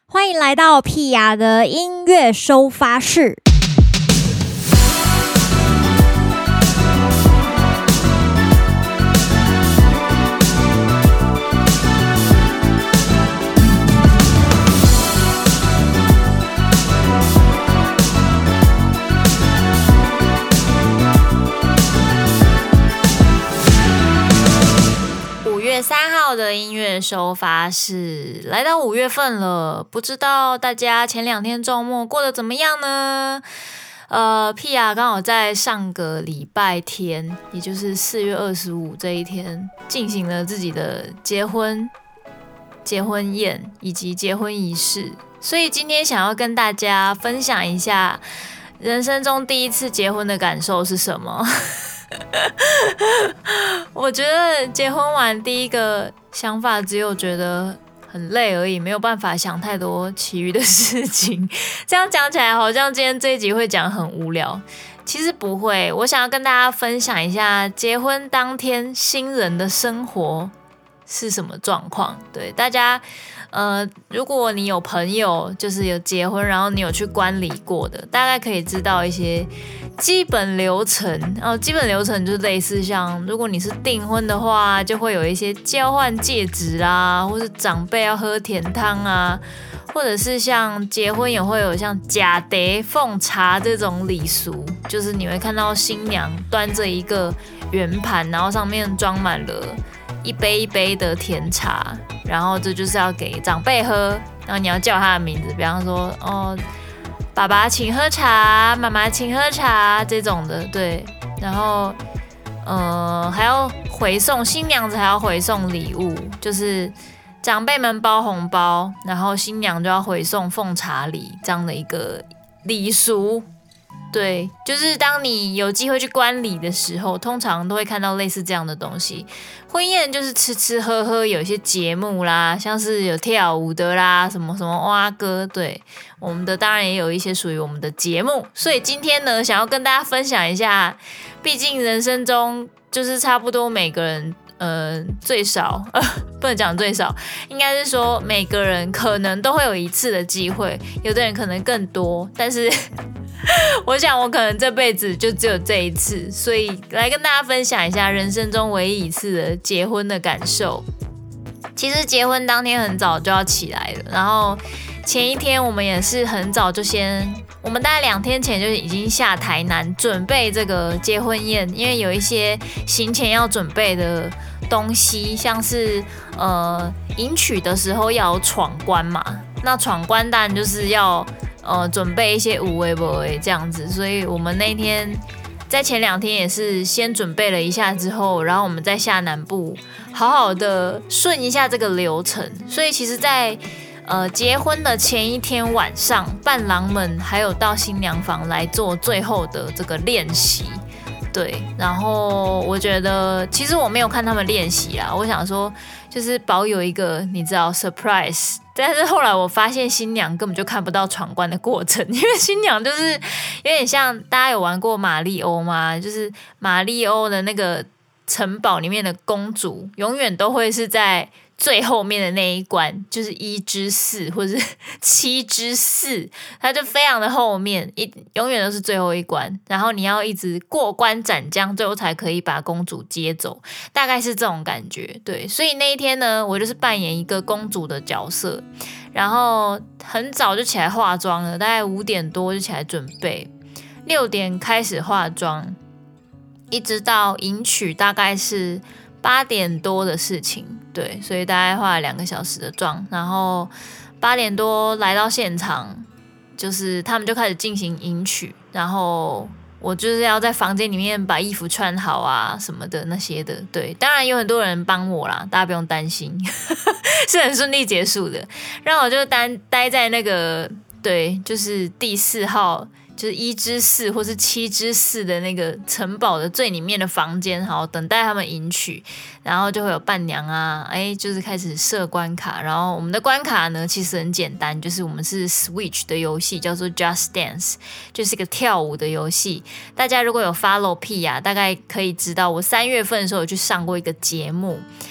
欢迎来到屁雅的音乐收发室。5月3号的音乐收发室，来到5月份了，不知道大家前2天周末过得怎么样呢？屁雅刚好在上个礼拜天，也就是4月25这一天，进行了自己的结婚宴以及结婚仪式，所以今天想要跟大家分享一下人生中第一次结婚的感受是什么。我觉得结婚完第一个想法只有觉得很累而已，没有办法想太多其余的事情。这样讲起来好像今天这一集会讲很无聊，其实不会。我想要跟大家分享一下结婚当天新人的生活是什么状况。对大家如果你有朋友就是有结婚，然后你有去观礼过的，大概可以知道一些基本流程。基本流程就类似像如果你是订婚的话，就会有一些交换戒指啦，或是长辈要喝甜汤啊，或者是像结婚也会有像假茶奉茶这种礼俗，就是你会看到新娘端着一个圆盘，然后上面装满了一杯一杯的甜茶，然后这就是要给长辈喝，然后你要叫他的名字，比方说爸爸请喝茶，妈妈请喝茶这种的，对。然后还要回送新娘子，还要回送礼物，就是长辈们包红包，然后新娘就要回送奉茶礼这样的一个礼俗。对，就是当你有机会去观礼的时候，通常都会看到类似这样的东西。婚宴就是吃吃喝喝，有一些节目啦，像是有跳舞的啦，什么什么蛙歌。对，我们的当然也有一些属于我们的节目。所以今天呢，想要跟大家分享一下，毕竟人生中就是差不多每个人最少不能讲最少，应该是说每个人可能都会有一次的机会，有的人可能更多，但是我想我可能这辈子就只有这一次，所以来跟大家分享一下人生中唯一一次的结婚的感受。其实结婚当天很早就要起来了，然后前一天我们也是很早就我们大概2天前就已经下台南准备这个结婚宴，因为有一些行前要准备的东西，像是迎娶的时候要有闯关嘛，那闯关当然就是要准备一些有的没的这样子，所以我们那天在前2天也是先准备了一下之后，然后我们再下南部好好的顺一下这个流程。所以其实在结婚的前一天晚上，伴郎们还有到新娘房来做最后的这个练习。对，然后我觉得其实我没有看他们练习啦，我想说就是保有一个你知道 surprise， 但是后来我发现新娘根本就看不到闯关的过程，因为新娘就是有点像大家有玩过马里欧吗？就是马里欧的那个城堡里面的公主永远都会是在最后面的那一关，就是1/4或者是7/4，它就非常的后面，永远都是最后一关，然后你要一直过关斩将，最后才可以把公主接走，大概是这种感觉。对，所以那一天呢，我就是扮演一个公主的角色，然后很早就起来化妆了，大概5点多就起来准备，6点开始化妆，一直到迎娶大概是8点多的事情。对，所以大概化了2个小时的妆，然后8点多来到现场，就是他们就开始进行迎娶，然后我就是要在房间里面把衣服穿好啊什么的那些的。对，当然有很多人帮我啦，大家不用担心是很顺利结束的。然后我就待在那个对，就是第4号，就是1/4或是7/4的那个城堡的最里面的房间，好等待他们迎娶，然后就会有伴娘啊，就是开始设关卡。然后我们的关卡呢，其实很简单，就是我们是 Switch 的游戏，叫做 Just Dance， 就是一个跳舞的游戏。大家如果有 follow 屁啊，大概可以知道，我3月份的时候有去上过一个节目，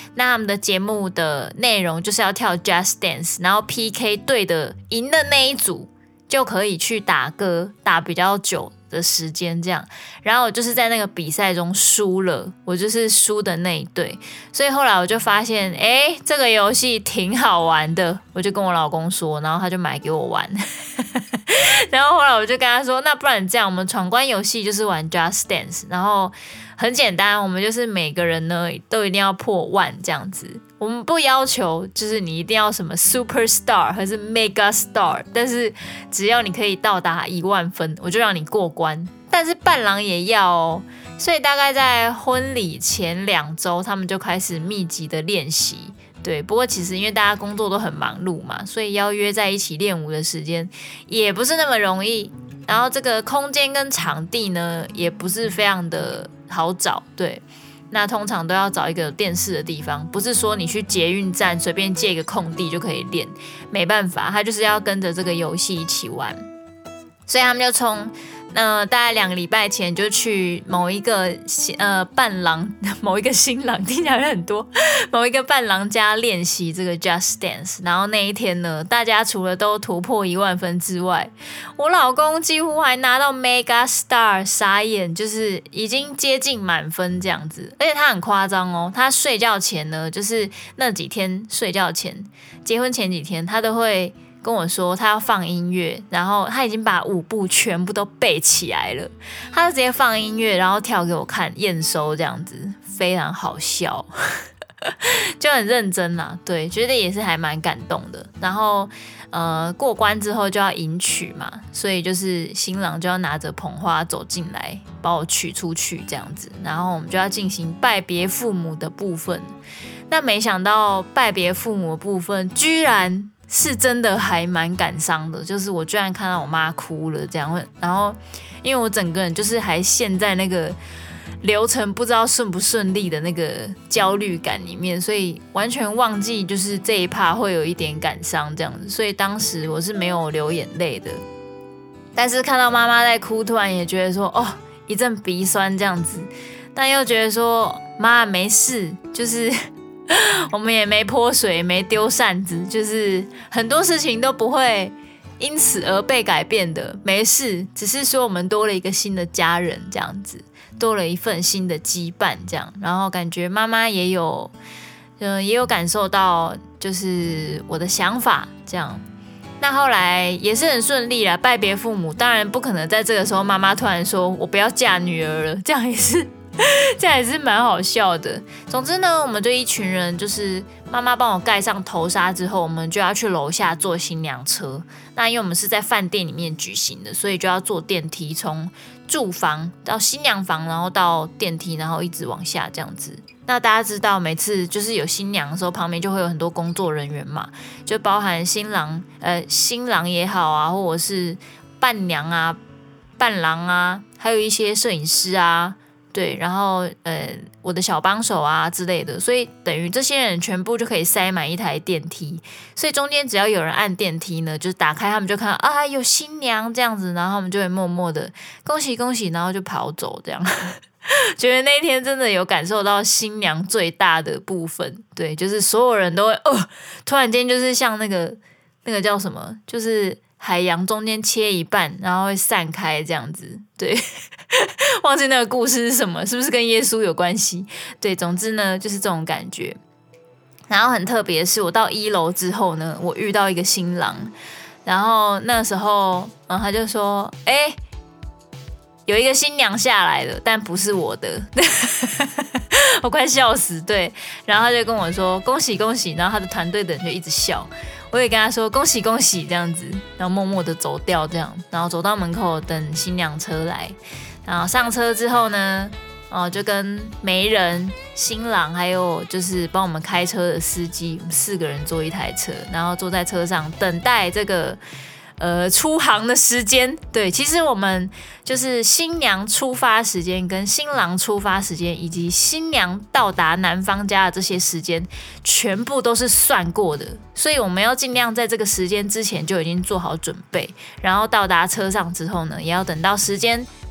那他们的节目的内容就是要跳 Just Dance， 然后 PK 对的赢的那一组就可以去打歌，打比较久的时间这样。然后我就是在那个比赛中输了，我就是输的那一队，所以后来我就发现这个游戏挺好玩的，我就跟我老公说，然后他就买给我玩然后后来我就跟他说，那不然这样，我们闯关游戏就是玩 Just Dance， 然后很简单，我们就是每个人呢都一定要破1这样子，我们不要求就是你一定要什么 Superstar 还是 Mega Star， 但是只要你可以到达1万分，我就让你过关。但是伴郎也要哦，所以大概在婚礼前2周，他们就开始密集的练习。对，不过其实因为大家工作都很忙碌嘛，所以要约在一起练舞的时间也不是那么容易。然后这个空间跟场地呢，也不是非常的好找。对，那通常都要找一个有电视的地方，不是说你去捷运站随便借一个空地就可以练，没办法，他就是要跟着这个游戏一起玩。所以他们就从大概2个礼拜前就去某一个伴郎，某一个新郎，听起来很多，某一个伴郎家练习这个 Just Dance。然后那一天呢，大家除了都突破1万分之外，我老公几乎还拿到 Mega Star， 傻眼，就是已经接近满分这样子。而且他很夸张哦，他睡觉前呢，就是那几天睡觉前，结婚前几天，他都会跟我说他要放音乐，然后他已经把舞步全部都背起来了，他就直接放音乐，然后跳给我看验收这样子，非常好笑就很认真啦，对，觉得也是还蛮感动的。然后过关之后就要迎娶嘛，所以就是新郎就要拿着捧花走进来把我娶出去这样子，然后我们就要进行拜别父母的部分。那没想到拜别父母的部分居然是真的还蛮感伤的，就是我居然看到我妈哭了这样，然后因为我整个人就是还陷在那个流程不知道顺不顺利的那个焦虑感里面，所以完全忘记就是这一趴会有一点感伤这样子，所以当时我是没有流眼泪的。但是看到妈妈在哭，突然也觉得说一阵鼻酸这样子，但又觉得说妈没事，就是我们也没泼水，没丢扇子，就是很多事情都不会因此而被改变的，没事，只是说我们多了一个新的家人这样子，多了一份新的羁绊这样，然后感觉妈妈也有感受到就是我的想法这样。那后来也是很顺利啦，拜别父母，当然不可能在这个时候妈妈突然说我不要嫁女儿了，这样也是蛮好笑的。总之呢，我们就一群人，就是妈妈帮我盖上头纱之后，我们就要去楼下坐新娘车。那因为我们是在饭店里面举行的，所以就要坐电梯，从住房到新娘房，然后到电梯，然后一直往下这样子。那大家知道，每次就是有新娘的时候，旁边就会有很多工作人员嘛，就包含新郎也好啊，或者是伴娘啊、伴郎啊，还有一些摄影师啊。对，然后我的小帮手啊之类的，所以等于这些人全部就可以塞满一台电梯，所以中间只要有人按电梯呢，就是打开他们就看到有新娘这样子，然后他们就会默默的恭喜恭喜，然后就跑走这样。觉得那一天真的有感受到新娘最大的部分，对，就是所有人都会突然间就是像那个叫什么，就是海洋中间切一半，然后会散开这样子，对，忘记那个故事是什么，是不是跟耶稣有关系？对，总之呢就是这种感觉。然后很特别的是，我到1楼之后呢，我遇到一个新郎，然后那时候他就说有一个新娘下来了，但不是我的我快笑死，对，然后他就跟我说恭喜恭喜，然后他的团队的人就一直笑，我也跟他说恭喜恭喜这样子，然后默默的走掉这样，然后走到门口等新娘车来，然后上车之后呢就跟媒人、新郎还有就是帮我们开车的司机，我们4个人坐一台车，然后坐在车上等待这个出航的时间。对，其实我们就是新娘出发时间跟新郎出发时间以及新娘到达男方家的这些时间全部都是算过的，所以我们要尽量在这个时间之前就已经做好准备，然后到达车上之后呢，也要等到时间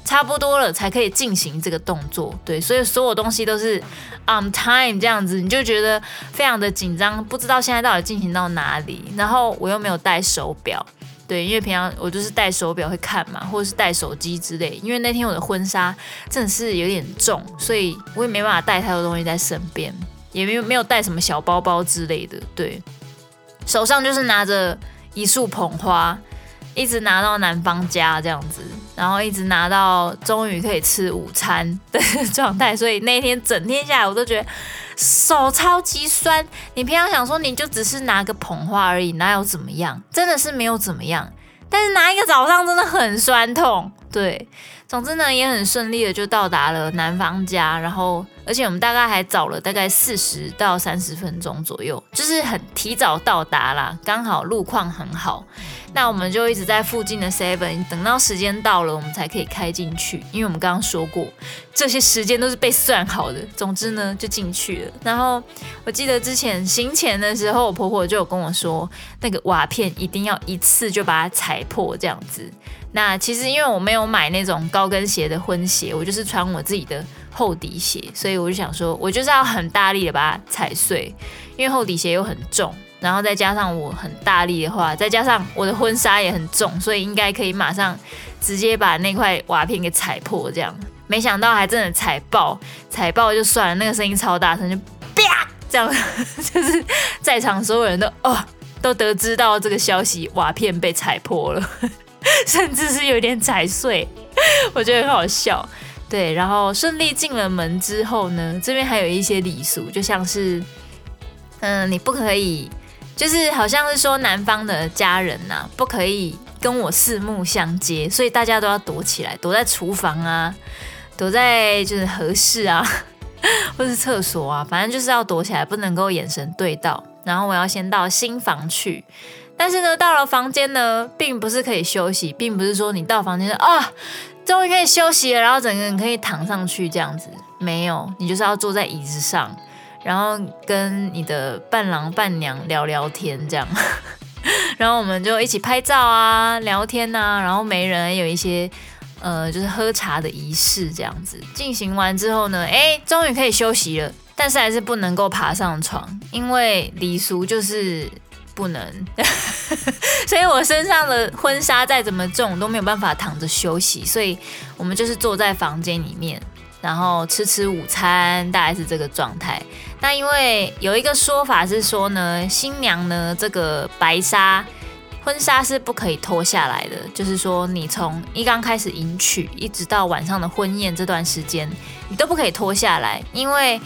差不多了才可以进行这个动作。对，所以所有东西都是 on time 这样子，你就觉得非常的紧张，不知道现在到底进行到哪里。然后我又没有带手表，对，因为平常我就是带手表会看嘛，或者是带手机之类。因为那天我的婚纱真的是有点重，所以我也没办法带太多东西在身边，也没有带什么小包包之类的。对，手上就是拿着一束捧花，一直拿到男方家这样子，然后一直拿到终于可以吃午餐的状态。所以那天整天下来我都觉得手超级酸。你平常想说你就只是拿个捧花而已，哪有怎么样，真的是没有怎么样，但是拿一个早上真的很酸痛。对，总之呢也很顺利的就到达了男方家，然后而且我们大概还早了大概40到30分钟左右，就是很提早到达啦，刚好路况很好。那我们就一直在附近的 Seven 等到时间到了我们才可以开进去，因为我们刚刚说过这些时间都是被算好的。总之呢就进去了。然后我记得之前行前的时候我婆婆就有跟我说，那个瓦片一定要一次就把它踩破这样子。那其实因为我没有买那种高跟鞋的婚鞋，我就是穿我自己的厚底鞋，所以我就想说我就是要很大力的把它踩碎，因为厚底鞋又很重，然后再加上我很大力的话，再加上我的婚纱也很重，所以应该可以马上直接把那块瓦片给踩破这样。没想到还真的踩爆就算了，那个声音超大声，就啪这样，就是在场所有人都得知到这个消息，瓦片被踩破了，甚至是有点踩碎，我觉得很好笑。对，然后顺利进了门之后呢，这边还有一些礼俗，就像是你不可以，就是好像是说男方的家人啊，不可以跟我四目相接，所以大家都要躲起来，躲在厨房啊，躲在就是和室啊，或是厕所啊，反正就是要躲起来，不能够眼神对到。然后我要先到新房去，但是呢，到了房间呢，并不是可以休息，并不是说你到房间终于可以休息了，然后整个人可以躺上去这样子，没有，你就是要坐在椅子上，然后跟你的伴郎伴娘聊聊天这样。然后我们就一起拍照啊，聊天啊，然后媒人有一些就是喝茶的仪式这样子。进行完之后呢，终于可以休息了，但是还是不能够爬上床，因为礼俗就是不能。所以我身上的婚纱再怎么重都没有办法躺着休息，所以我们就是坐在房间里面，然后吃午餐，大概是这个状态。那因为有一个说法是说呢，新娘呢这个白纱婚纱是不可以脱下来的，就是说你从一刚开始迎娶一直到晚上的婚宴这段时间，你都不可以脱下来，因为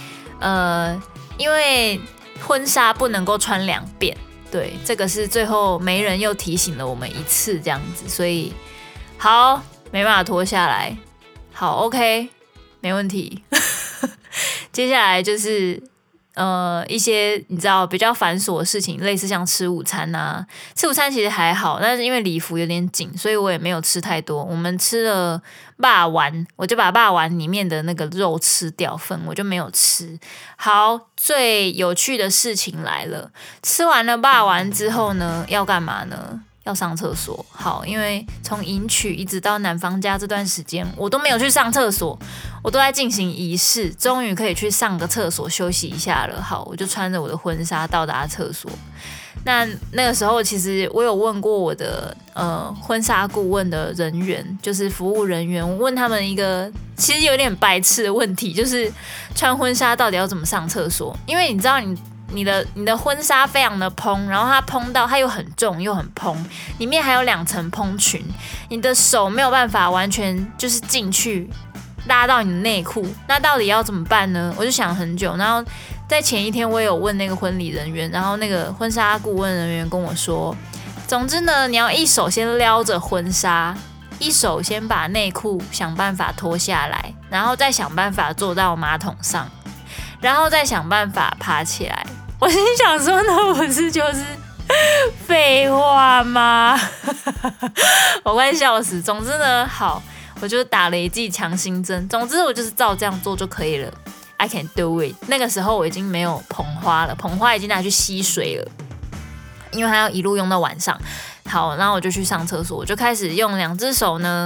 婚纱不能够穿2遍。对，这个是最后媒人又提醒了我们一次这样子，所以好，没办法脱下来。好 OK， 没问题。接下来就是一些你知道比较繁琐的事情，类似像吃午餐啊。吃午餐其实还好，但是因为礼服有点紧，所以我也没有吃太多。我们吃了肉丸，我就把肉丸里面的那个肉吃掉，粉我就没有吃。好，最有趣的事情来了，吃完了肉丸之后呢，要干嘛呢？要上厕所。好，因为从迎娶一直到男方家这段时间，我都没有去上厕所，我都在进行仪式，终于可以去上个厕所休息一下了。好，我就穿着我的婚纱到达厕所。那个时候其实我有问过我的婚纱顾问的人员，就是服务人员，我问他们一个其实有点白痴的问题，就是穿婚纱到底要怎么上厕所？因为你知道你的婚纱非常的蓬，然后它蓬到它又很重又很蓬，里面还有2层蓬裙，你的手没有办法完全就是进去拉到你的内裤，那到底要怎么办呢？我就想很久，然后在前一天我也有问那个婚礼人员，然后那个婚纱顾问人员跟我说，总之呢，你要一手先撩着婚纱，一手先把内裤想办法脱下来，然后再想办法坐到马桶上，然后再想办法爬起来。我心想说，那不是就是废话吗？我快笑死。总之呢，好，我就打了一剂强心针。总之我就是照这样做就可以了。I can do it。那个时候我已经没有捧花了，捧花已经拿去吸水了，因为它要一路用到晚上。好，然后我就去上厕所，我就开始用2只手呢，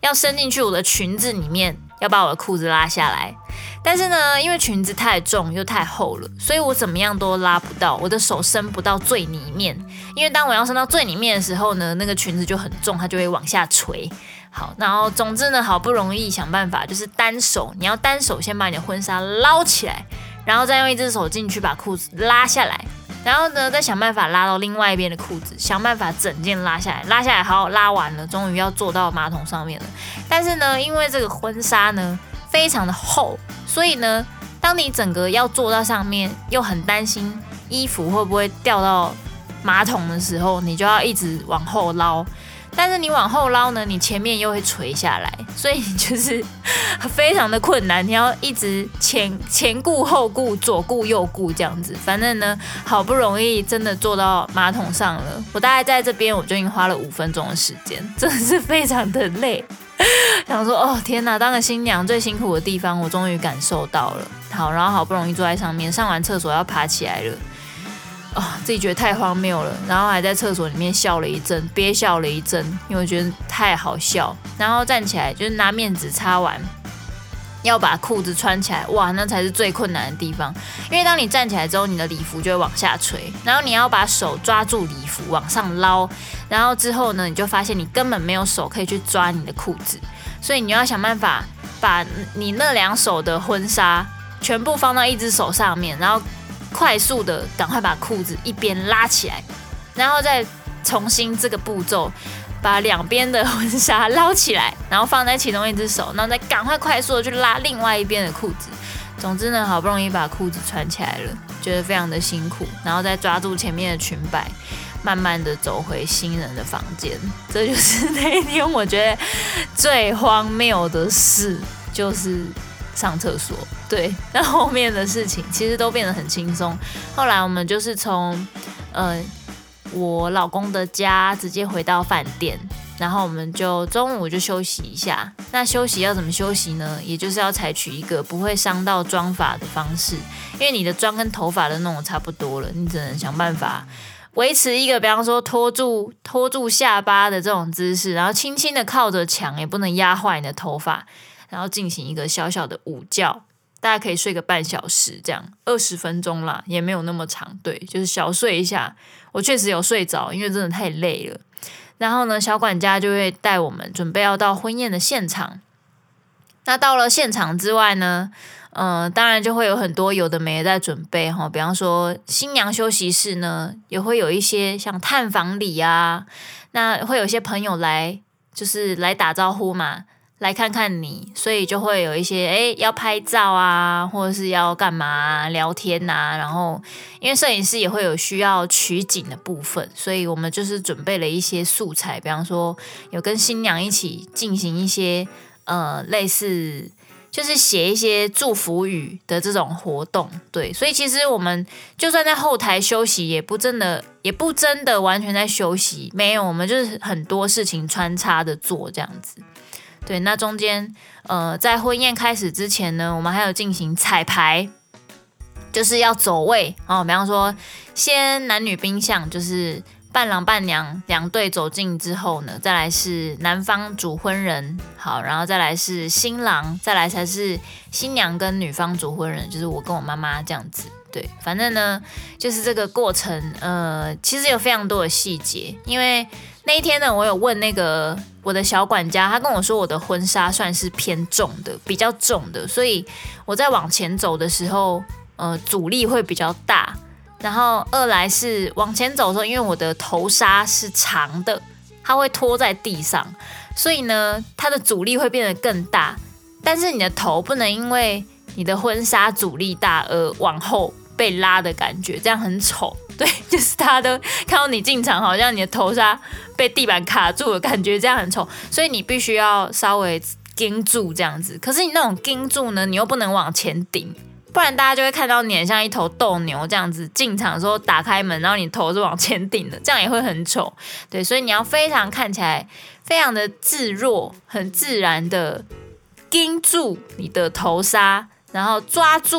要伸进去我的裙子里面，要把我的裤子拉下来。但是呢，因为裙子太重又太厚了，所以我怎么样都拉不到，我的手伸不到最里面。因为当我要伸到最里面的时候呢，那个裙子就很重，它就会往下垂。好，然后总之呢，好不容易想办法，就是单手，你要单手先把你的婚纱捞起来，然后再用一只手进去把裤子拉下来，然后呢，再想办法拉到另外一边的裤子，想办法整件拉下来，拉下来，好，拉完了，终于要坐到马桶上面了。但是呢，因为这个婚纱呢非常的厚，所以呢，当你整个要坐到上面，又很担心衣服会不会掉到马桶的时候，你就要一直往后捞。但是你往后捞呢，你前面又会垂下来，所以就是非常的困难，你要一直前顾后顾，左顾右顾这样子。反正呢，好不容易真的坐到马桶上了，我大概在这边我就已经花了5分钟的时间，真的是非常的累。想说哦天哪，当个新娘最辛苦的地方我终于感受到了。好，然后好不容易坐在上面，上完厕所要爬起来了。自己觉得太荒谬了，然后还在厕所里面笑了一阵，憋笑了一阵，因为我觉得太好笑。然后站起来就是拿面纸擦完，要把裤子穿起来，哇，那才是最困难的地方。因为当你站起来之后，你的礼服就会往下垂，然后你要把手抓住礼服往上捞，然后之后呢，你就发现你根本没有手可以去抓你的裤子，所以你要想办法把你那2手的婚纱全部放到一只手上面，然后快速的赶快把裤子一边拉起来，然后再重新这个步骤把2边的婚纱捞起来，然后放在其中一只手，然后再赶快快速的去拉另外一边的裤子。总之呢，好不容易把裤子穿起来了，觉得非常的辛苦，然后再抓住前面的裙摆，慢慢的走回新人的房间。这就是那一天我觉得最荒谬的事，就是上厕所。对，那后面的事情其实都变得很轻松。后来我们就是从我老公的家直接回到饭店，然后我们就中午就休息一下。那休息要怎么休息呢？也就是要采取一个不会伤到妆发的方式，因为你的妆跟头发都弄得差不多了，你只能想办法维持一个，比方说拖住下巴的这种姿势，然后轻轻的靠着墙，也不能压坏你的头发，然后进行一个小小的午觉。大概可以睡个半小时，这样20分钟啦，也没有那么长，对，就是小睡一下。我确实有睡着，因为真的太累了。然后呢，小管家就会带我们准备要到婚宴的现场。那到了现场之外呢，当然就会有很多有的没的在准备哈，比方说新娘休息室呢，也会有一些像探访礼啊，那会有一些朋友来，就是来打招呼嘛。来看看你，所以就会有一些要拍照啊，或者是要干嘛聊天啊，然后因为摄影师也会有需要取景的部分，所以我们就是准备了一些素材，比方说有跟新娘一起进行一些类似就是写一些祝福语的这种活动，对，所以其实我们就算在后台休息，也不真的完全在休息，没有，我们就是很多事情穿插的做这样子。对，那中间在婚宴开始之前呢，我们还有进行彩排，就是要走位哦。比方说，先男女宾相，就是伴郎伴娘2对走近之后呢，再来是男方主婚人，好，然后再来是新郎，再来才是新娘跟女方主婚人，就是我跟我妈妈这样子。对，反正呢，就是这个过程，其实有非常多的细节，因为那一天呢，我有问那个我的小管家，他跟我说我的婚纱算是偏重的，比较重的，所以我在往前走的时候，阻力会比较大。然后二来是往前走的时候，因为我的头纱是长的，它会拖在地上，所以呢，它的阻力会变得更大。但是你的头不能因为你的婚纱阻力大而往后被拉的感觉，这样很丑。对，就是大家都看到你进场，好像你的头纱被地板卡住的感觉，这样很丑。所以你必须要稍微盯住这样子。可是你那种盯住呢，你又不能往前顶，不然大家就会看到你很像一头斗牛这样子进场的时候打开门，然后你头是往前顶的，这样也会很丑。对，所以你要非常看起来非常的自若，很自然的盯住你的头纱，然后抓住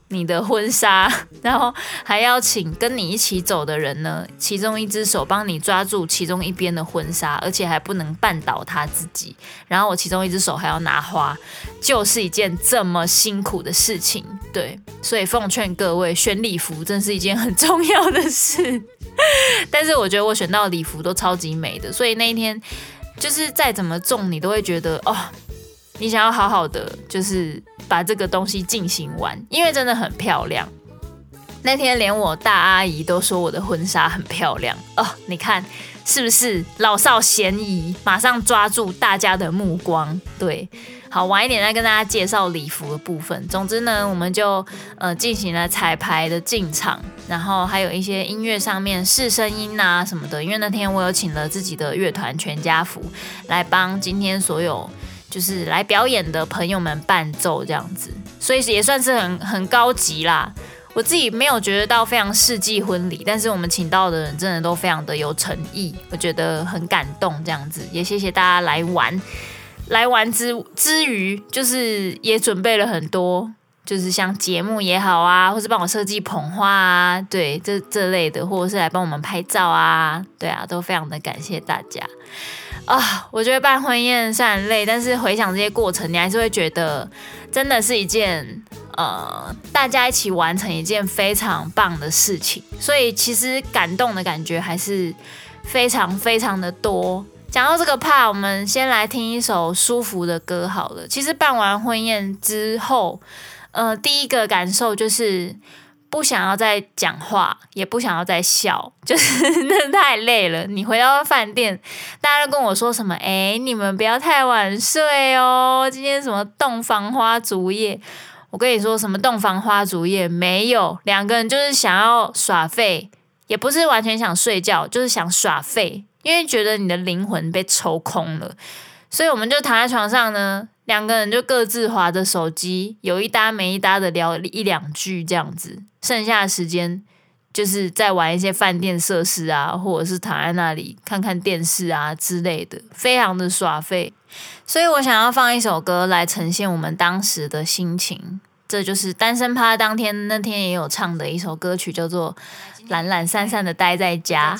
你的婚纱，然后还要请跟你一起走的人呢，其中一只手帮你抓住其中一边的婚纱，而且还不能绊倒他自己，然后我其中一只手还要拿花，就是一件这么辛苦的事情。对，所以奉劝各位，选礼服真是一件很重要的事。但是我觉得我选到的礼服都超级美的，所以那一天就是再怎么重，你都会觉得哦，你想要好好的就是把这个东西进行完，因为真的很漂亮。那天连我大阿姨都说我的婚纱很漂亮哦，你看是不是老少咸宜，马上抓住大家的目光。对，好，晚一点再跟大家介绍礼服的部分。总之呢，我们就进行了彩排的进场，然后还有一些音乐上面试声音啊什么的。因为那天我有请了自己的乐团全家福来帮今天所有就是来表演的朋友们伴奏这样子，所以也算是很高级啦。我自己没有觉得到非常世纪婚礼，但是我们请到的人真的都非常的有诚意，我觉得很感动这样子。也谢谢大家来玩之余，就是也准备了很多，就是像节目也好啊，或是帮我设计捧花啊，对，这类的，或者是来帮我们拍照啊，对啊，都非常的感谢大家啊。我觉得办婚宴虽然累，但是回想这些过程，你还是会觉得真的是一件大家一起完成一件非常棒的事情，所以其实感动的感觉还是非常非常的多。讲到这个 part， 我们先来听一首舒服的歌好了。其实办完婚宴之后，第一个感受就是不想要再讲话，也不想要再笑，就是真的太累了。你回到饭店，大家都跟我说什么？你们不要太晚睡哦，今天什么洞房花烛夜。我跟你说，什么洞房花烛夜没有，两个人就是想要耍废，也不是完全想睡觉，就是想耍废，因为觉得你的灵魂被抽空了，所以我们就躺在床上呢，两个人就各自滑着手机，有一搭没一搭的聊一两句这样子，剩下的时间就是在玩一些饭店设施啊，或者是躺在那里看看电视啊之类的，非常的耍废。所以我想要放一首歌来呈现我们当时的心情，这就是单身趴当天那天也有唱的一首歌曲，叫做《懒懒散散的待在家》。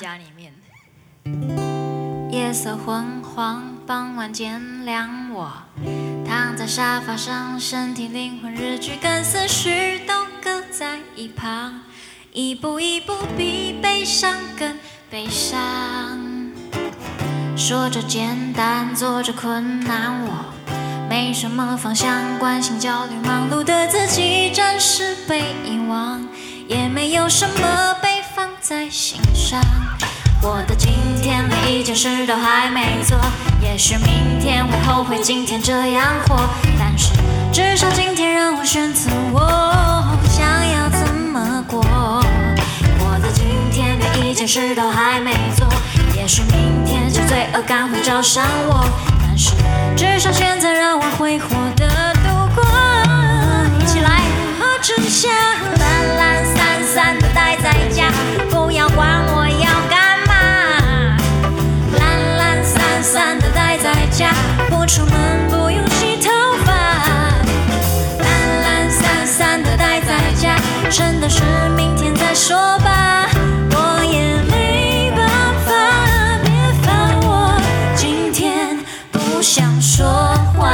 夜色昏黄，傍晚渐亮，我躺在沙发上，身体灵魂日剧跟思绪都搁在一旁，一步一步比悲伤更悲伤。说着简单，做着困难，我没什么方向，关心焦虑，忙碌的自己暂时被遗忘，也没有什么被放在心上。我的今天每一件事都还没做，也许明天会后悔今天这样活，但是至少今天让我选择我想要怎么过。我的今天每一件事都还没做，也许明天就罪恶感会找上我，但是至少现在让我挥霍的度过。一起来，我只想懒懒散散的待在家，不要管我要干嘛，懒懒散散的待在家，不出门不用洗头发，懒懒散散的待在家，真的是明天再说吧，我也没办法，别烦我，今天不想说话，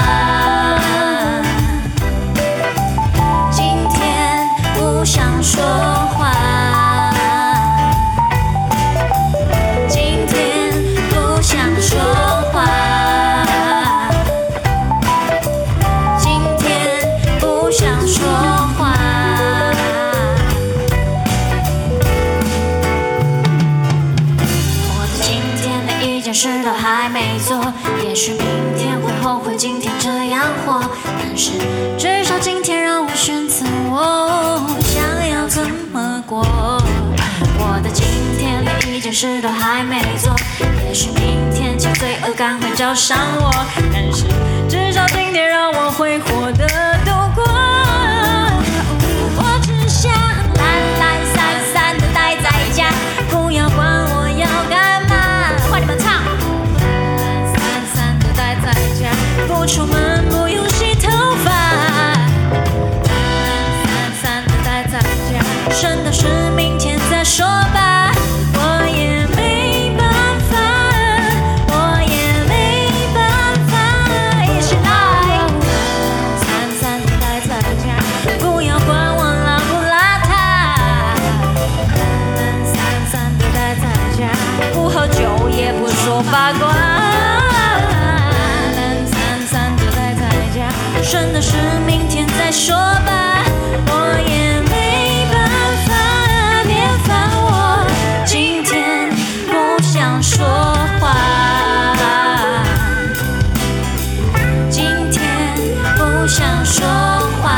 今天不想说话，今天不想说话，今天不想说话。我的今天每一件事都还没做，也许明天会后悔今天这样活，但是至少今天让我选择我想要怎么过。我的今天每一件事都还没做，也许明天起罪恶感会找上我，但是至少今天让我挥霍的度过。我只想懒懒散散的待在家，不要管我要干嘛，换你们唱。懒懒散散的待在家，不出门不用洗头发，懒懒散散的待发光。懒散散的待在家，顺的是明天再说吧，我也没办法，别烦我，今天不想说话，今天不想说话，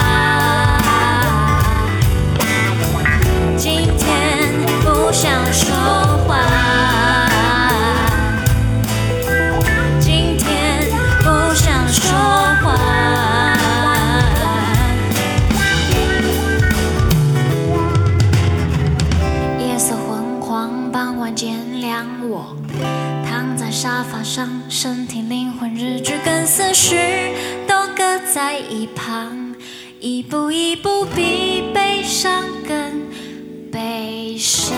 今天不想说话，今天不想说话。夜色昏黄，傍晚渐亮，我躺在沙发上，身体、灵魂、日剧跟思绪都搁在一旁，一步一步比悲伤更悲伤。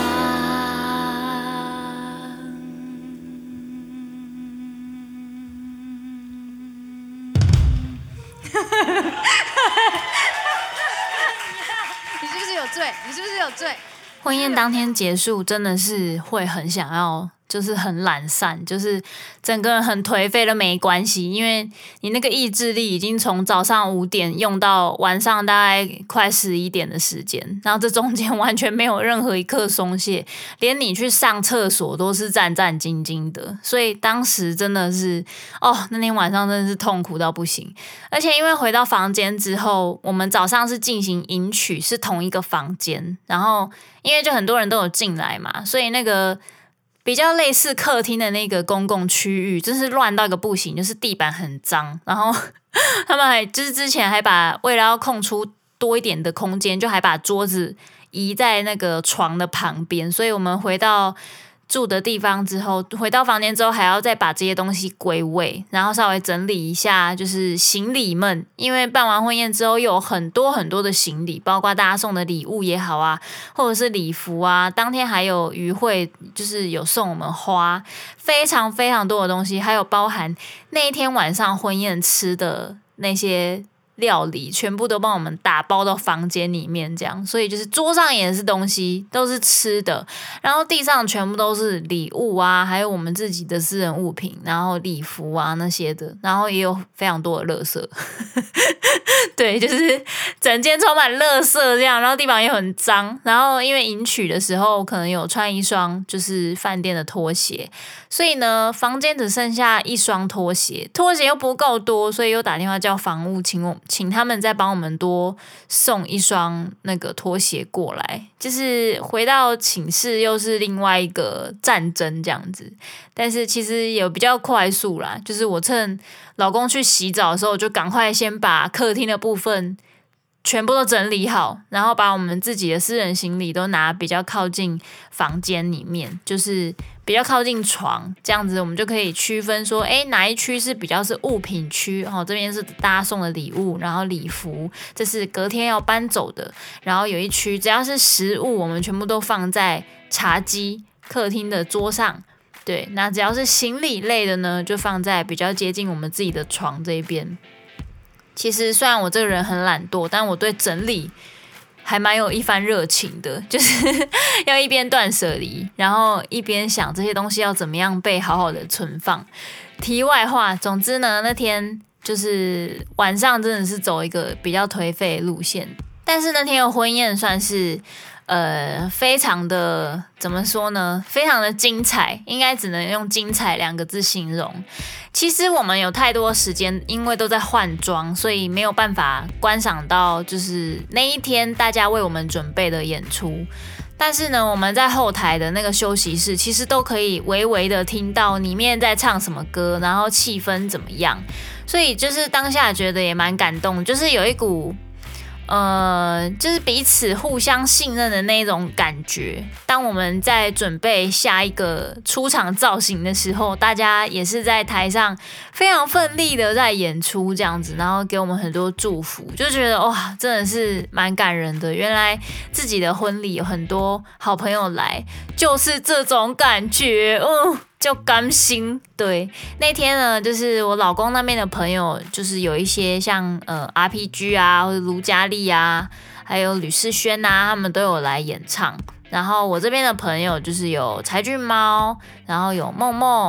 你是不是有醉？你是不是有醉？ 婚宴当天结束，真的是会很想要，就是很懒散，就是整个人很颓废都没关系，因为你那个意志力已经从早上5点用到晚上大概快11点的时间，然后这中间完全没有任何一刻松懈，连你去上厕所都是战战兢兢的，所以当时真的是那天晚上真的是痛苦到不行。而且因为回到房间之后，我们早上是进行迎娶，是同一个房间，然后因为就很多人都有进来嘛，所以那个比较类似客厅的那个公共区域，真是乱到一个不行，就是地板很脏，然后他们还就是之前还为了要空出多一点的空间，就还把桌子移在那个床的旁边，所以我们回到住的地方之后，回到房间之后还要再把这些东西归位，然后稍微整理一下就是行李们，因为办完婚宴之后又有很多很多的行李，包括大家送的礼物也好啊，或者是礼服啊，当天还有与会就是有送我们花，非常非常多的东西，还有包含那一天晚上婚宴吃的那些料理全部都帮我们打包到房间里面，这样，所以就是桌上也是东西，都是吃的，然后地上全部都是礼物啊，还有我们自己的私人物品，然后礼服啊那些的，然后也有非常多的垃圾对，就是整间充满垃圾这样，然后地板也很脏，然后因为迎娶的时候可能有穿一双就是饭店的拖鞋，所以呢房间只剩下一双拖鞋，拖鞋又不够多，所以又打电话叫房务请他们再帮我们多送一双那个拖鞋过来，就是回到寝室又是另外一个战争这样子，但是其实也比较快速啦，就是我趁老公去洗澡的时候，就赶快先把客厅的部分全部都整理好，然后把我们自己的私人行李都拿比较靠近房间里面，就是比较靠近床，这样子我们就可以区分说，哪一区是比较是物品区，这边是大家送的礼物，然后礼服，这是隔天要搬走的，然后有一区只要是食物，我们全部都放在茶几、客厅的桌上。对，那只要是行李类的呢，就放在比较接近我们自己的床这一边。其实虽然我这个人很懒惰，但我对整理还蛮有一番热情的，就是要一边断舍离，然后一边想这些东西要怎么样被好好的存放。题外话，总之呢，那天就是晚上真的是走一个比较颓废的路线，但是那天的婚宴算是非常的怎么说呢？非常的精彩，应该只能用精彩2个字形容。其实我们有太多时间，因为都在换装，所以没有办法观赏到就是那一天大家为我们准备的演出。但是呢，我们在后台的那个休息室，其实都可以微微的听到里面在唱什么歌，然后气氛怎么样。所以就是当下觉得也蛮感动，就是有一股就是彼此互相信任的那种感觉。当我们在准备下一个出场造型的时候，大家也是在台上非常奋力的在演出这样子，然后给我们很多祝福，就觉得哇，真的是蛮感人的。原来自己的婚礼有很多好朋友来，就是这种感觉，就甘心。对，那天呢，就是我老公那边的朋友，就是有一些像RPG 啊，或者卢嘉丽啊，还有吕世轩啊，他们都有来演唱。然后我这边的朋友就是有柴俊猫，然后有梦梦，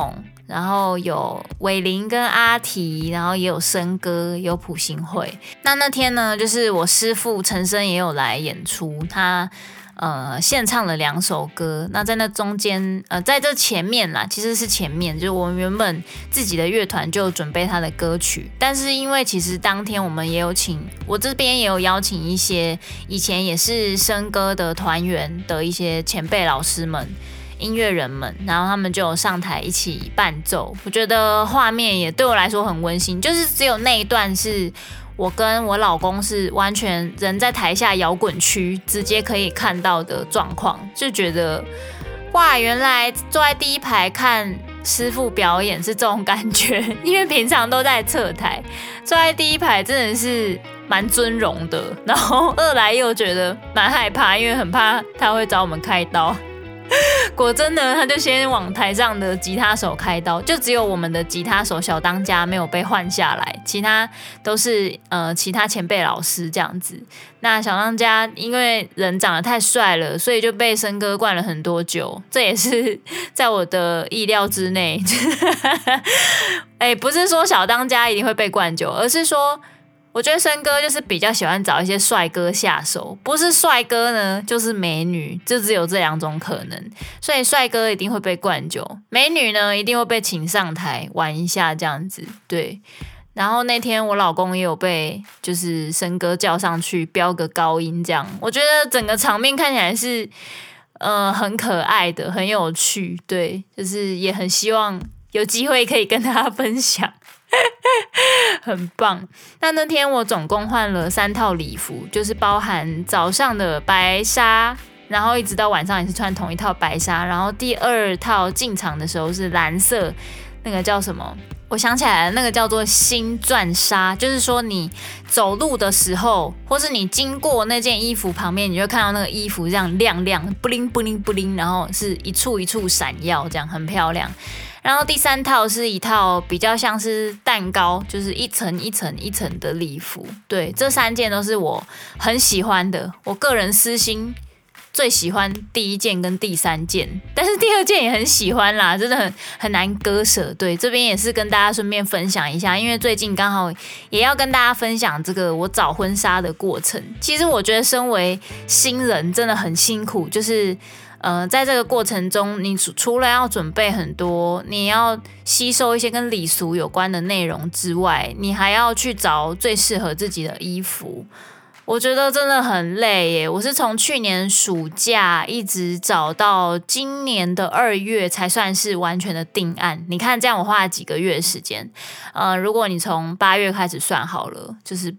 然后有伟林跟阿提，然后也有森哥，有朴信惠。那天呢，就是我师父陈升也有来演出，他献唱了2首歌。那在那中间，在这前面啦，其实是前面，就是我们原本自己的乐团就准备他的歌曲，但是因为其实当天我们也有我这边也有邀请一些以前也是升歌的团员的一些前辈老师们、音乐人们，然后他们就有上台一起伴奏。我觉得画面也对我来说很温馨，就是只有那一段是我跟我老公是完全人在台下摇滚区直接可以看到的状况，就觉得哇，原来坐在第一排看师父表演是这种感觉，因为平常都在侧台，坐在第一排真的是蛮尊荣的。然后二来又觉得蛮害怕，因为很怕他会找我们开刀。果真的，他就先往台上的吉他手开刀，就只有我们的吉他手小当家没有被换下来，其他都是其他前辈老师这样子。那小当家因为人长得太帅了，所以就被升哥灌了很多酒，这也是在我的意料之内。不是说小当家一定会被灌酒，而是说我觉得升哥就是比较喜欢找一些帅哥下手，不是帅哥呢就是美女，就只有这2种可能。所以帅哥一定会被灌酒，美女呢一定会被请上台玩一下这样子。对，然后那天我老公也有被就是升哥叫上去飙个高音这样，我觉得整个场面看起来是很可爱的，很有趣。对，就是也很希望有机会可以跟大家分享。很棒。那天我总共换了3套礼服，就是包含早上的白纱，然后一直到晚上也是穿同一套白纱，然后第2套进场的时候是蓝色，那个叫什么？我想起来了，那个叫做星钻纱，就是说你走路的时候，或是你经过那件衣服旁边，你就看到那个衣服这样亮亮，布灵布灵布灵，然后是一处一处闪耀，这样很漂亮。然后第3套是一套比较像是蛋糕，就是一层一层一层的礼服。对，这3件都是我很喜欢的，我个人私心最喜欢第1件跟第3件，但是第2件也很喜欢啦，真的很难割舍。对，这边也是跟大家顺便分享一下，因为最近刚好也要跟大家分享这个我找婚纱的过程。其实我觉得身为新人真的很辛苦，就是在这个过程中，你除了要准备很多，你要吸收一些跟礼俗有关的内容之外，你还要去找最适合自己的衣服。我觉得真的很累耶，我是从去年暑假一直找到今年的2月才算是完全的定案。你看这样我花了几个月的时间，如果你从8月开始算好了，就是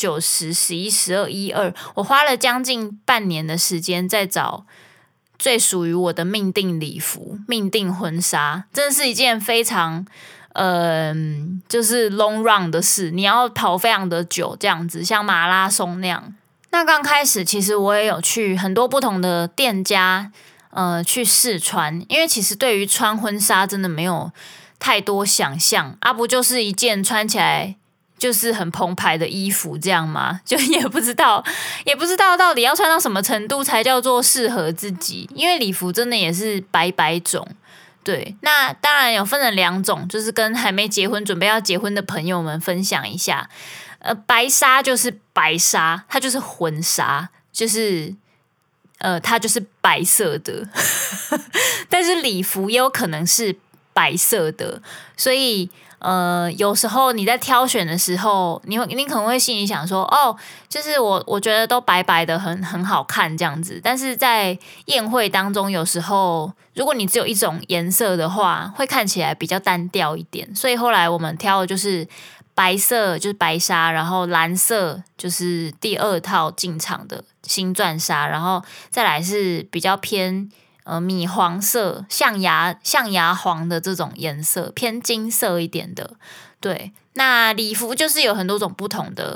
8、9、10、11、12、12，我花了将近半年的时间在找最属于我的命定礼服、命定婚纱，真的是一件非常就是 long run 的事，你要跑非常的久，这样子像马拉松那样。那刚开始其实我也有去很多不同的店家去试穿，因为其实对于穿婚纱真的没有太多想象啊，不就是一件穿起来就是很澎湃的衣服这样吗？就也不知道到底要穿到什么程度才叫做适合自己，因为礼服真的也是百百种。对，那当然有分了2种，就是跟还没结婚准备要结婚的朋友们分享一下。白纱就是白纱，它就是婚纱，就是它就是白色的，但是礼服也有可能是白色的，所以有时候你在挑选的时候，你可能会心里想说，就是我觉得都白白的很好看这样子，但是在宴会当中，有时候如果你只有一种颜色的话，会看起来比较单调一点，所以后来我们挑的就是白色，就是白纱，然后蓝色就是第2套进场的星钻纱，然后再来是比较偏米黄色、象牙黄的这种颜色，偏金色一点的。对，那礼服就是有很多种不同的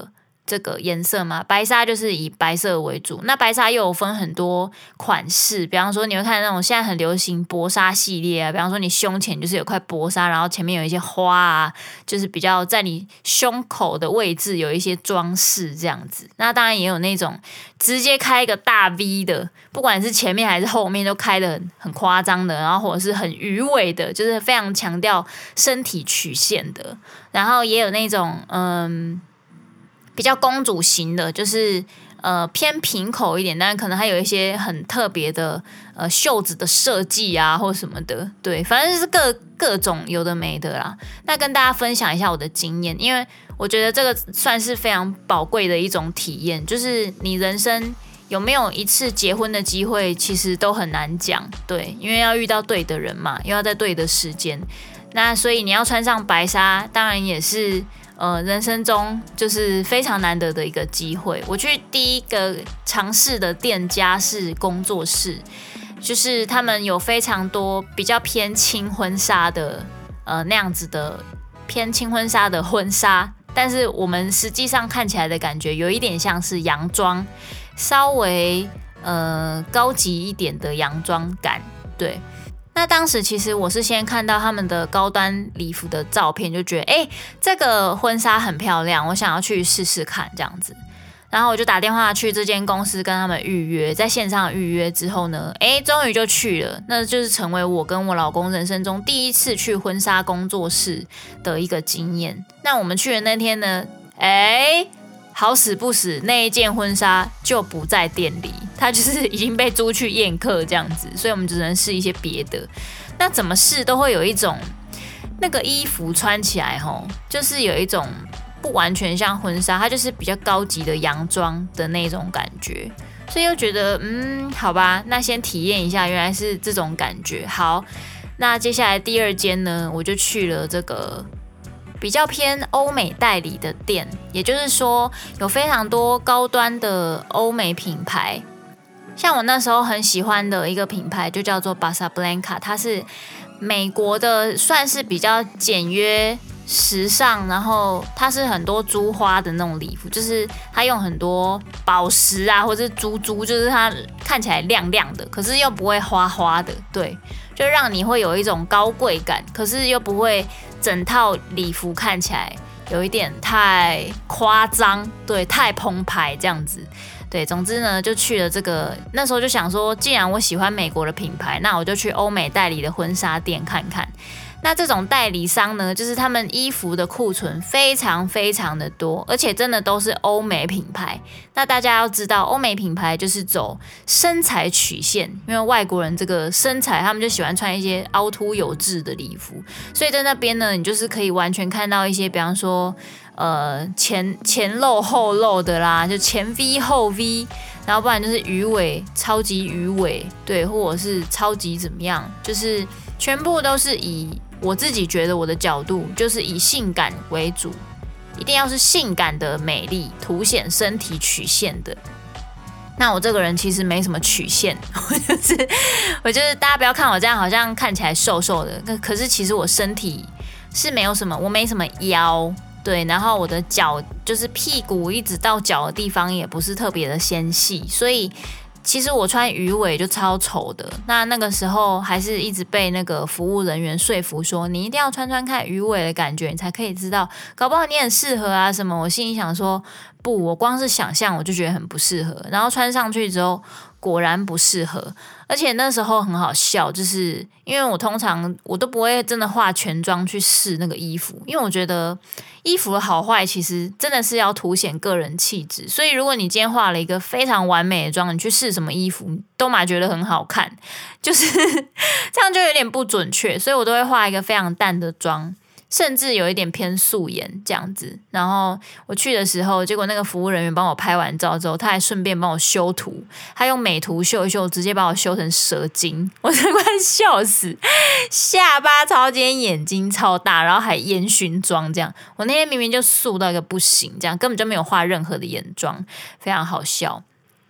这个颜色嘛，白纱就是以白色为主。那白纱又有分很多款式，比方说你会看那种现在很流行薄纱系列啊，比方说你胸前就是有块薄纱，然后前面有一些花啊，就是比较在你胸口的位置有一些装饰这样子。那当然也有那种直接开一个大 V 的，不管是前面还是后面都开得很夸张的，然后或者是很鱼尾的，就是非常强调身体曲线的。然后也有那种比较公主型的，就是偏平口一点，但可能还有一些很特别的袖子的设计啊，或什么的。对，反正就是各种有的没的啦。那跟大家分享一下我的经验，因为我觉得这个算是非常宝贵的一种体验，就是你人生有没有一次结婚的机会，其实都很难讲。对，因为要遇到对的人嘛，又要在对的时间。那所以你要穿上白纱，当然也是人生中就是非常难得的一个机会。我去第一个尝试的店家是工作室，就是他们有非常多比较偏轻婚纱的那样子的偏轻婚纱的婚纱，但是我们实际上看起来的感觉有一点像是洋装，稍微高级一点的洋装感。对，那当时其实我是先看到他们的高端礼服的照片，就觉得这个婚纱很漂亮，我想要去试试看这样子。然后我就打电话去这间公司跟他们预约，在线上预约之后呢，终于就去了。那就是成为我跟我老公人生中第一次去婚纱工作室的一个经验。那我们去的那天呢，好死不死，那一件婚纱就不在店里，它就是已经被租去宴客这样子，所以我们只能试一些别的。那怎么试都会有一种那个衣服穿起来就是有一种不完全像婚纱，它就是比较高级的洋装的那种感觉，所以又觉得好吧，那先体验一下，原来是这种感觉。好，那接下来第二间呢，我就去了这个比较偏欧美代理的店，也就是说有非常多高端的欧美品牌。像我那时候很喜欢的一个品牌就叫做 Casablanca， 它是美国的，算是比较简约时尚，然后它是很多珠花的那种礼服，就是它用很多宝石啊或者珠，就是它看起来亮亮的，可是又不会花花的。对，就让你会有一种高贵感，可是又不会整套礼服看起来有一点太夸张，对，太澎湃这样子。对，总之呢，就去了这个。那时候就想说，既然我喜欢美国的品牌，那我就去欧美代理的婚纱店看看。那这种代理商呢，就是他们衣服的库存非常非常的多，而且真的都是欧美品牌。那大家要知道，欧美品牌就是走身材曲线，因为外国人这个身材，他们就喜欢穿一些凹凸有致的礼服，所以在那边呢，你就是可以完全看到一些，比方说前露后露的啦，就前 V 后 V， 然后不然就是鱼尾超级鱼尾，对，或者是超级怎么样，就是全部都是以我自己觉得我的角度就是以性感为主，一定要是性感的美丽，凸显身体曲线的。那我这个人其实没什么曲线，我就是大家不要看我这样好像看起来瘦瘦的，可是其实我身体是没有什么，我没什么腰，对，然后我的脚就是屁股一直到脚的地方也不是特别的纤细，所以其实我穿鱼尾就超丑的。那个时候还是一直被那个服务人员说服说，你一定要穿穿看鱼尾的感觉，你才可以知道，搞不好你很适合啊什么。我心里想说，不，我光是想象我就觉得很不适合，然后穿上去之后果然不适合。而且那时候很好笑，就是因为我通常我都不会真的化全妆去试那个衣服，因为我觉得衣服的好坏其实真的是要凸显个人气质，所以如果你今天化了一个非常完美的妆，你去试什么衣服都嘛觉得很好看，就是这样就有点不准确，所以我都会化一个非常淡的妆，甚至有一点偏素颜这样子。然后我去的时候，结果那个服务人员帮我拍完照之后，他还顺便帮我修图，他用美图秀一秀，直接把我修成蛇精，我真的快笑死，下巴超尖，眼睛超大，然后还烟熏妆这样。我那天明明就素到一个不行，这样根本就没有画任何的眼妆，非常好笑。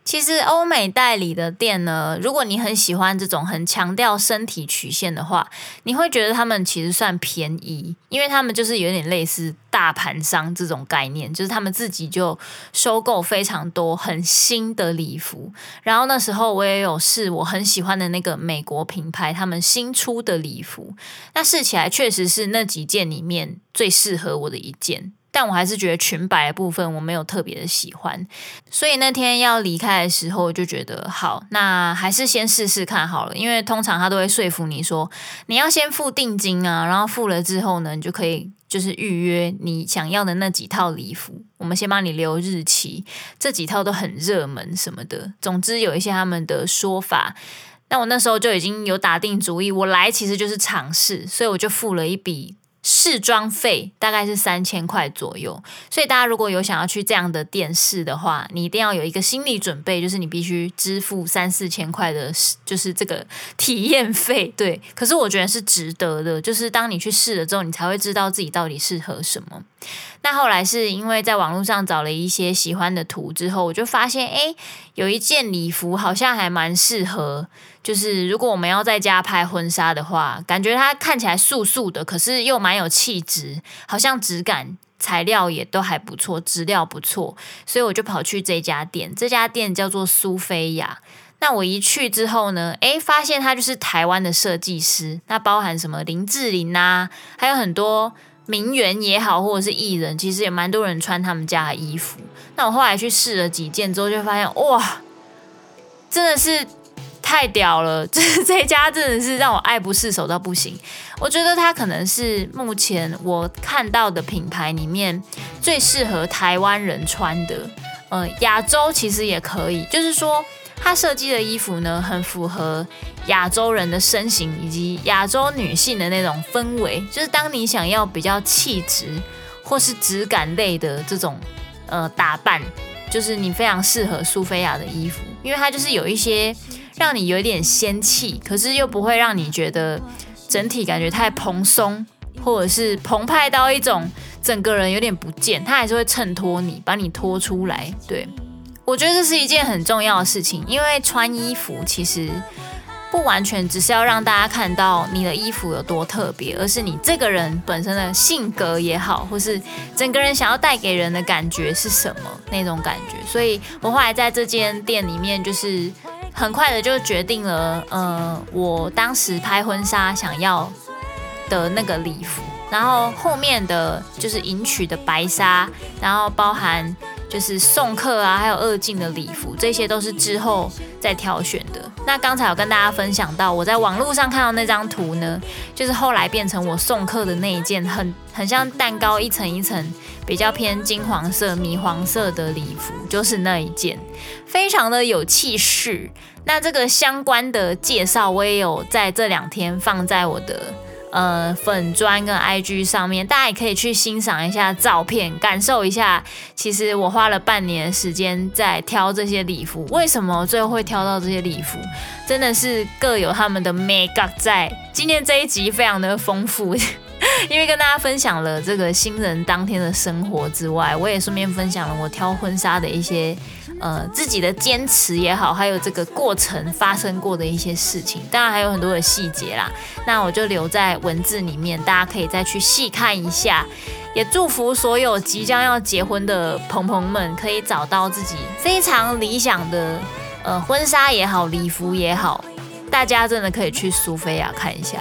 其实欧美代理的店呢，如果你很喜欢这种很强调身体曲线的话，你会觉得他们其实算便宜，因为他们就是有点类似大盘商这种概念，就是他们自己就收购非常多很新的礼服。然后那时候我也有试我很喜欢的那个美国品牌他们新出的礼服，那试起来确实是那几件里面最适合我的一件。但我还是觉得裙摆的部分我没有特别的喜欢，所以那天要离开的时候我就觉得好，那还是先试试看好了，因为通常他都会说服你说你要先付定金啊，然后付了之后呢，你就可以就是预约你想要的那几套礼服，我们先帮你留日期，这几套都很热门什么的，总之有一些他们的说法。那我那时候就已经有打定主意，我来其实就是尝试，所以我就付了一笔试装费，大概是3000块左右。所以大家如果有想要去这样的店试的话，你一定要有一个心理准备，就是你必须支付3-4千块的，就是这个体验费。对，可是我觉得是值得的，就是当你去试了之后，你才会知道自己到底适合什么。那后来是因为在网络上找了一些喜欢的图之后，我就发现有一件礼服好像还蛮适合，就是如果我们要在家拍婚纱的话，感觉它看起来素素的，可是又蛮有气质，好像质感材料也都还不错，质料不错，所以我就跑去这家店，这家店叫做苏菲亚。那我一去之后呢，发现他就是台湾的设计师，那包含什么林志玲啊，还有很多名媛也好，或者是艺人，其实也蛮多人穿他们家的衣服。那我后来去试了几件之后，就发现哇，真的是太屌了！这一家真的是让我爱不释手到不行。我觉得它可能是目前我看到的品牌里面最适合台湾人穿的。亚洲其实也可以，就是说它设计的衣服呢，很符合亚洲人的身形以及亚洲女性的那种氛围。就是当你想要比较气质或是质感类的这种打扮，就是你非常适合苏菲亚的衣服，因为它就是有一些让你有一点仙气，可是又不会让你觉得整体感觉太蓬松，或者是澎湃到一种整个人有点不见，它还是会衬托你，把你拖出来。对，我觉得这是一件很重要的事情，因为穿衣服其实不完全只是要让大家看到你的衣服有多特别，而是你这个人本身的性格也好，或是整个人想要带给人的感觉是什么那种感觉。所以我后来在这间店里面就是很快的就决定了我当时拍婚纱想要的那个礼服，然后后面的就是迎娶的白纱，然后包含就是送客啊，还有二进的礼服，这些都是之后再挑选的。那刚才有跟大家分享到，我在网络上看到那张图呢，就是后来变成我送客的那一件很像蛋糕一层一层比较偏金黄色米黄色的礼服，就是那一件，非常的有气势。那这个相关的介绍我也有在这2天放在我的粉专跟 IG 上面，大家也可以去欣赏一下照片，感受一下其实我花了半年的时间在挑这些礼服。为什么最后会挑到这些礼服，真的是各有他们的 make up 在。今天这一集非常的丰富因为跟大家分享了这个新人当天的生活之外，我也顺便分享了我挑婚纱的一些自己的坚持也好，还有这个过程发生过的一些事情，当然还有很多的细节啦，那我就留在文字里面，大家可以再去细看一下。也祝福所有即将要结婚的朋朋们可以找到自己非常理想的婚纱也好，礼服也好，大家真的可以去苏菲亚看一下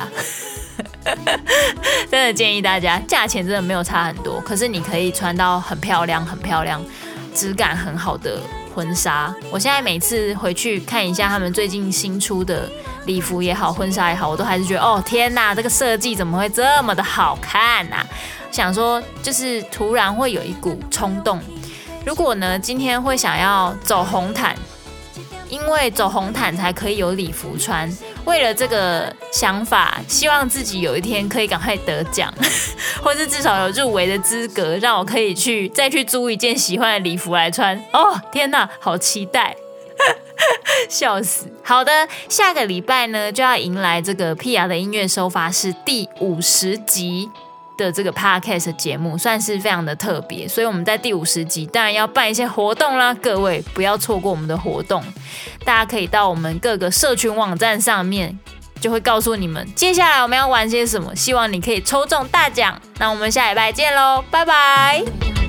真的建议大家，价钱真的没有差很多，可是你可以穿到很漂亮很漂亮质感很好的婚纱。我现在每次回去看一下他们最近新出的礼服也好，婚纱也好，我都还是觉得哦天哪，这个设计怎么会这么的好看啊，想说就是突然会有一股冲动，如果呢今天会想要走红毯，因为走红毯才可以有礼服穿，为了这个想法，希望自己有一天可以赶快得奖或是至少有入围的资格，让我可以再去租一件喜欢的礼服来穿。哦天哪，好期待笑死。好的，下个礼拜呢就要迎来这个 Pia 的音乐收发室第50集， 的这个 podcast 节目，算是非常的特别，所以我们在第50集当然要办一些活动啦，各位不要错过我们的活动，大家可以到我们各个社群网站上面，就会告诉你们接下来我们要玩些什么，希望你可以抽中大奖。那我们下礼拜见咯，拜拜。